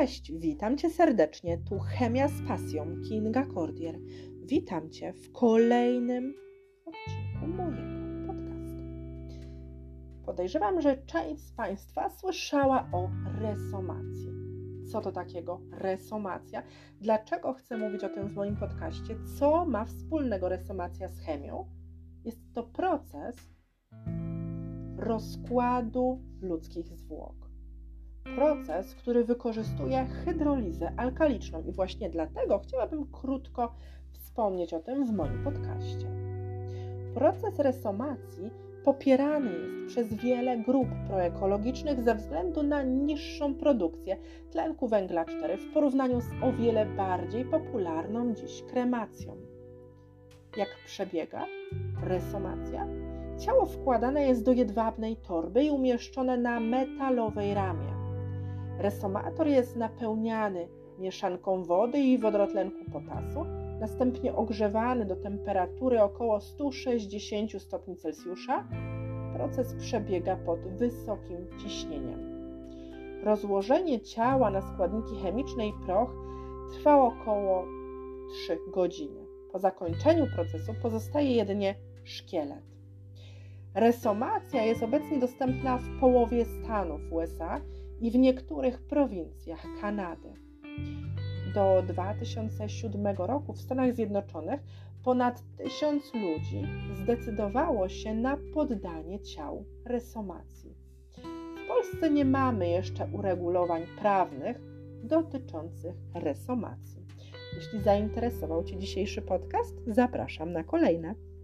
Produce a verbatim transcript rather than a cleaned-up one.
Cześć, witam Cię serdecznie, tu Chemia z pasją, Kinga Cordier. Witam Cię w kolejnym odcinku mojego podcastu. Podejrzewam, że część z Państwa słyszała o resomacji. Co to takiego resomacja? Dlaczego chcę mówić o tym w moim podcaście? Co ma wspólnego resomacja z chemią? Jest to proces rozkładu ludzkich zwłok. Proces, który wykorzystuje hydrolizę alkaliczną i właśnie dlatego chciałabym krótko wspomnieć o tym w moim podcaście. Proces resomacji popierany jest przez wiele grup proekologicznych ze względu na niższą produkcję tlenku węgla cztery w porównaniu z o wiele bardziej popularną dziś kremacją. Jak przebiega resomacja? Ciało wkładane jest do jedwabnej torby i umieszczone na metalowej ramie. Resomator jest napełniany mieszanką wody i wodorotlenku potasu, następnie ogrzewany do temperatury około sto sześćdziesiąt stopni Celsjusza. Proces przebiega pod wysokim ciśnieniem. Rozłożenie ciała na składniki chemiczne i proch trwa około trzy godziny. Po zakończeniu procesu pozostaje jedynie szkielet. Resomacja jest obecnie dostępna w połowie stanów U S A i w niektórych prowincjach Kanady. Do dwa tysiące siódmego roku w Stanach Zjednoczonych ponad tysiąc ludzi zdecydowało się na poddanie ciał resomacji. W Polsce nie mamy jeszcze uregulowań prawnych dotyczących resomacji. Jeśli zainteresował Cię dzisiejszy podcast, zapraszam na kolejne.